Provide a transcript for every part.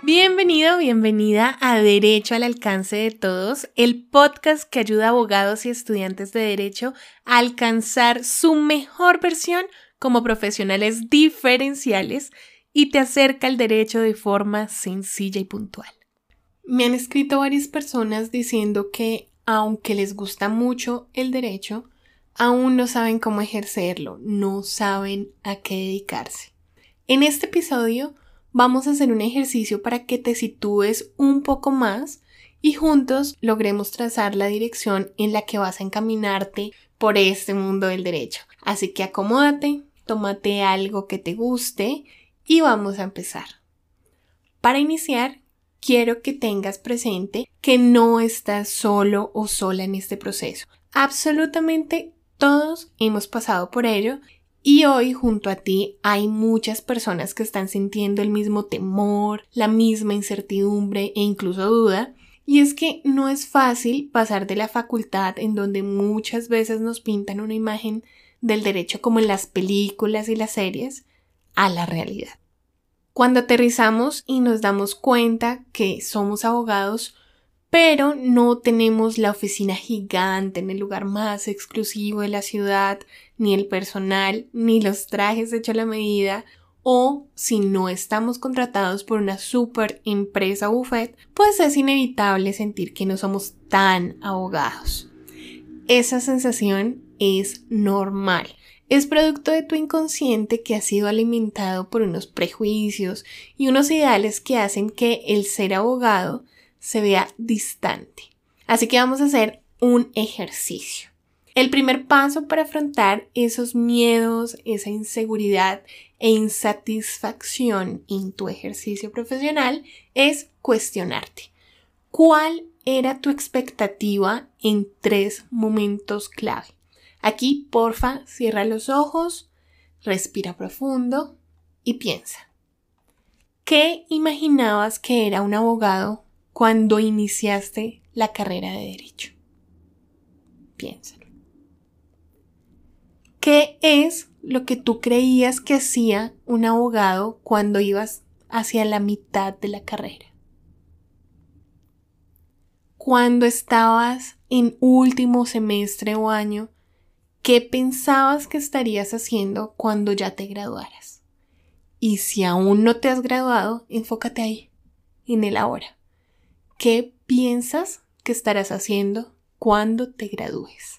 Bienvenido, bienvenida a Derecho al Alcance de Todos, el podcast que ayuda a abogados y estudiantes de Derecho a alcanzar su mejor versión como profesionales diferenciales y te acerca al derecho de forma sencilla y puntual. Me han escrito varias personas diciendo que, aunque les gusta mucho el derecho, aún no saben cómo ejercerlo, no saben a qué dedicarse. En este episodio vamos a hacer un ejercicio para que te sitúes un poco más y juntos logremos trazar la dirección en la que vas a encaminarte por este mundo del derecho. Así que acomódate, tómate algo que te guste y vamos a empezar. Para iniciar, quiero que tengas presente que no estás solo o sola en este proceso. Absolutamente todos hemos pasado por ello. Y hoy junto a ti hay muchas personas que están sintiendo el mismo temor, la misma incertidumbre e incluso duda. Y es que no es fácil pasar de la facultad en donde muchas veces nos pintan una imagen del derecho como en las películas y las series a la realidad. Cuando aterrizamos y nos damos cuenta que somos abogados, pero no tenemos la oficina gigante en el lugar más exclusivo de la ciudad, ni el personal, ni los trajes hechos a la medida, o si no estamos contratados por una super empresa buffet, pues es inevitable sentir que no somos tan abogados. Esa sensación es normal. Es producto de tu inconsciente que ha sido alimentado por unos prejuicios y unos ideales que hacen que el ser abogado se vea distante. Así que vamos a hacer un ejercicio. El primer paso para afrontar esos miedos, esa inseguridad e insatisfacción en tu ejercicio profesional es cuestionarte. ¿Cuál era tu expectativa en 3 momentos clave? Aquí, porfa, cierra los ojos, respira profundo y piensa. ¿Qué imaginabas que era un abogado cuando iniciaste la carrera de Derecho? Piénsalo. ¿Qué es lo que tú creías que hacía un abogado cuando ibas hacia la mitad de la carrera? Cuando estabas en último semestre o año, ¿qué pensabas que estarías haciendo cuando ya te graduaras? Y si aún no te has graduado, enfócate ahí, en el ahora. ¿Qué piensas que estarás haciendo cuando te gradúes?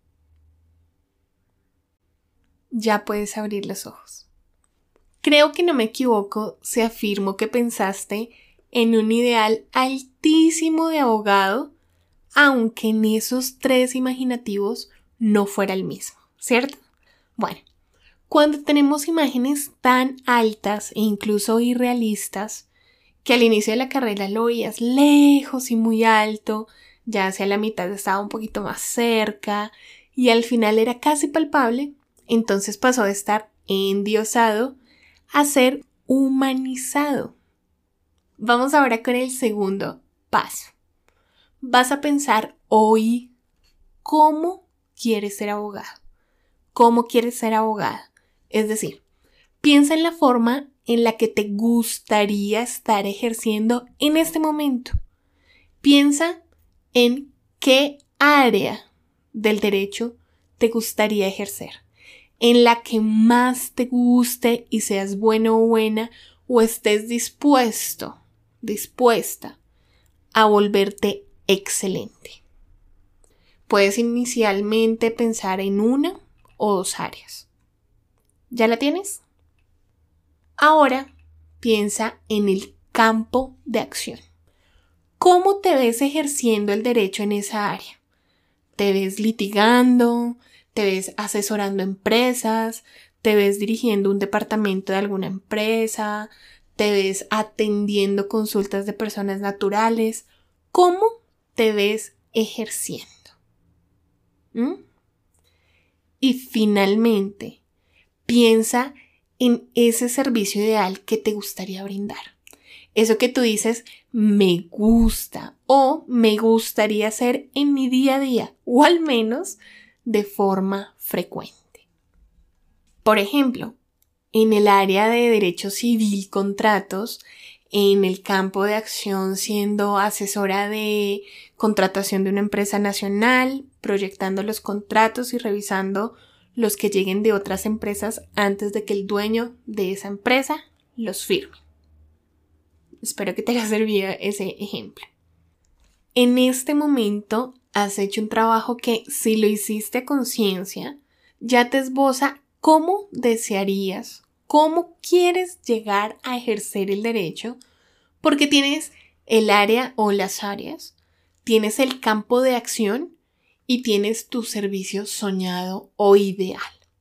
Ya puedes abrir los ojos. Creo que no me equivoco si afirmo que pensaste en un ideal altísimo de abogado, aunque en esos 3 imaginativos no fuera el mismo, ¿cierto? Bueno, cuando tenemos imágenes tan altas e incluso irrealistas, que al inicio de la carrera lo veías lejos y muy alto, ya hacia la mitad estaba un poquito más cerca y al final era casi palpable, entonces pasó de estar endiosado a ser humanizado. Vamos ahora con el segundo paso. Vas a pensar hoy cómo quieres ser abogado, cómo quieres ser abogada. Es decir, piensa en la forma en la que te gustaría estar ejerciendo en este momento. Piensa en qué área del derecho te gustaría ejercer, en la que más te guste y seas bueno o buena o estés dispuesta a volverte excelente. Puedes inicialmente pensar en 1 o 2 áreas. ¿Ya la tienes? Ahora piensa en el campo de acción. ¿Cómo te ves ejerciendo el derecho en esa área? ¿Te ves litigando? ¿Te ves asesorando empresas? ¿Te ves dirigiendo un departamento de alguna empresa? ¿Te ves atendiendo consultas de personas naturales? ¿Cómo te ves ejerciendo? Y finalmente, piensa en ese servicio ideal que te gustaría brindar. Eso que tú dices, me gusta o me gustaría hacer en mi día a día o al menos de forma frecuente. Por ejemplo, en el área de derecho civil, contratos, en el campo de acción siendo asesora de contratación de una empresa nacional, proyectando los contratos y revisando los que lleguen de otras empresas antes de que el dueño de esa empresa los firme. Espero que te haya servido ese ejemplo. En este momento has hecho un trabajo que, si lo hiciste a conciencia, ya te esboza cómo desearías, cómo quieres llegar a ejercer el derecho, porque tienes el área o las áreas, tienes el campo de acción y tienes tu servicio soñado o ideal.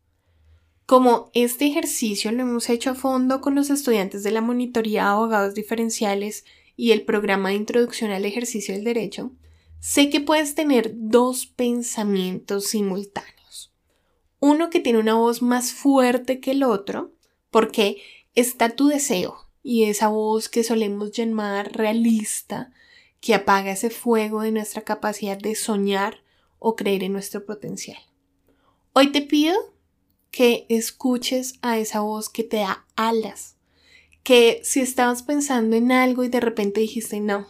Como este ejercicio lo hemos hecho a fondo con los estudiantes de la monitoría de abogados diferenciales y el programa de introducción al ejercicio del derecho, sé que puedes tener dos pensamientos simultáneos. Uno que tiene una voz más fuerte que el otro, porque está tu deseo y esa voz que solemos llamar realista, que apaga ese fuego de nuestra capacidad de soñar o creer en nuestro potencial. Hoy te pido que escuches a esa voz que te da alas, que si estabas pensando en algo y de repente dijiste no,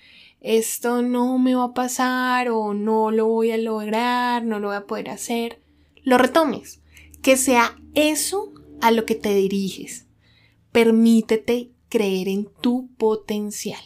esto no me va a pasar o no lo voy a lograr, no lo voy a poder hacer, lo retomes, que sea eso a lo que te diriges. Permítete creer en tu potencial.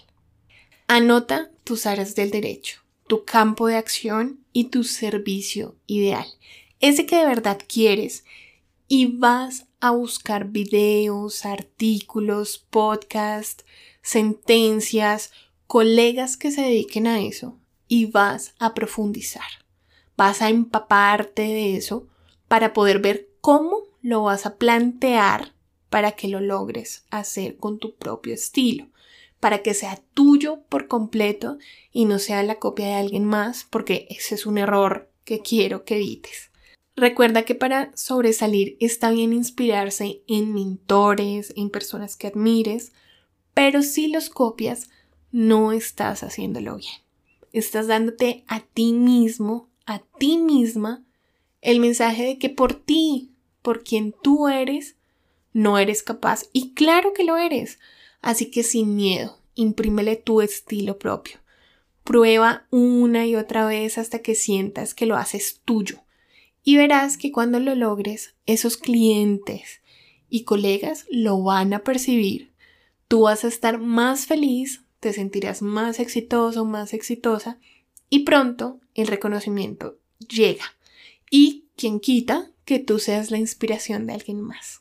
Anota tus áreas del derecho, tu campo de acción y tu servicio ideal, ese que de verdad quieres, y vas a buscar videos, artículos, podcasts, sentencias, colegas que se dediquen a eso y vas a profundizar. Vas a empaparte de eso para poder ver cómo lo vas a plantear para que lo logres hacer con tu propio estilo, para que sea tuyo por completo y no sea la copia de alguien más, porque ese es un error que quiero que evites. Recuerda que para sobresalir está bien inspirarse en mentores, en personas que admires, pero si los copias, no estás haciéndolo bien. Estás dándote a ti mismo, a ti misma, el mensaje de que por ti, por quien tú eres, no eres capaz. Y claro que lo eres. Así que sin miedo, imprímele tu estilo propio. Prueba una y otra vez hasta que sientas que lo haces tuyo. Y verás que cuando lo logres, esos clientes y colegas lo van a percibir. Tú vas a estar más feliz, te sentirás más exitoso, más exitosa y pronto el reconocimiento llega. Y quien quita que tú seas la inspiración de alguien más.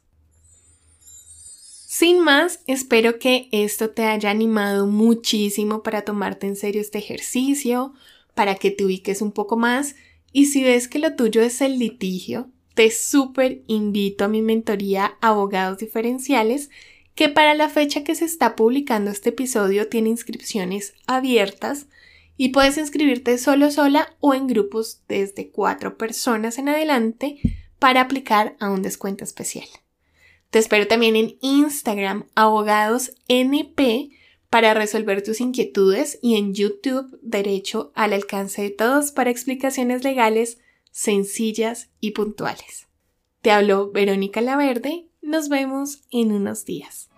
Sin más, espero que esto te haya animado muchísimo para tomarte en serio este ejercicio, para que te ubiques un poco más. Y si ves que lo tuyo es el litigio, te súper invito a mi mentoría Abogados Diferenciales, que para la fecha que se está publicando este episodio tiene inscripciones abiertas y puedes inscribirte sola o en grupos desde 4 personas en adelante para aplicar a un descuento especial. Te espero también en Instagram AbogadosNP para resolver tus inquietudes y en YouTube Derecho al alcance de todos para explicaciones legales sencillas y puntuales. Te habló Verónica Laverde, nos vemos en unos días.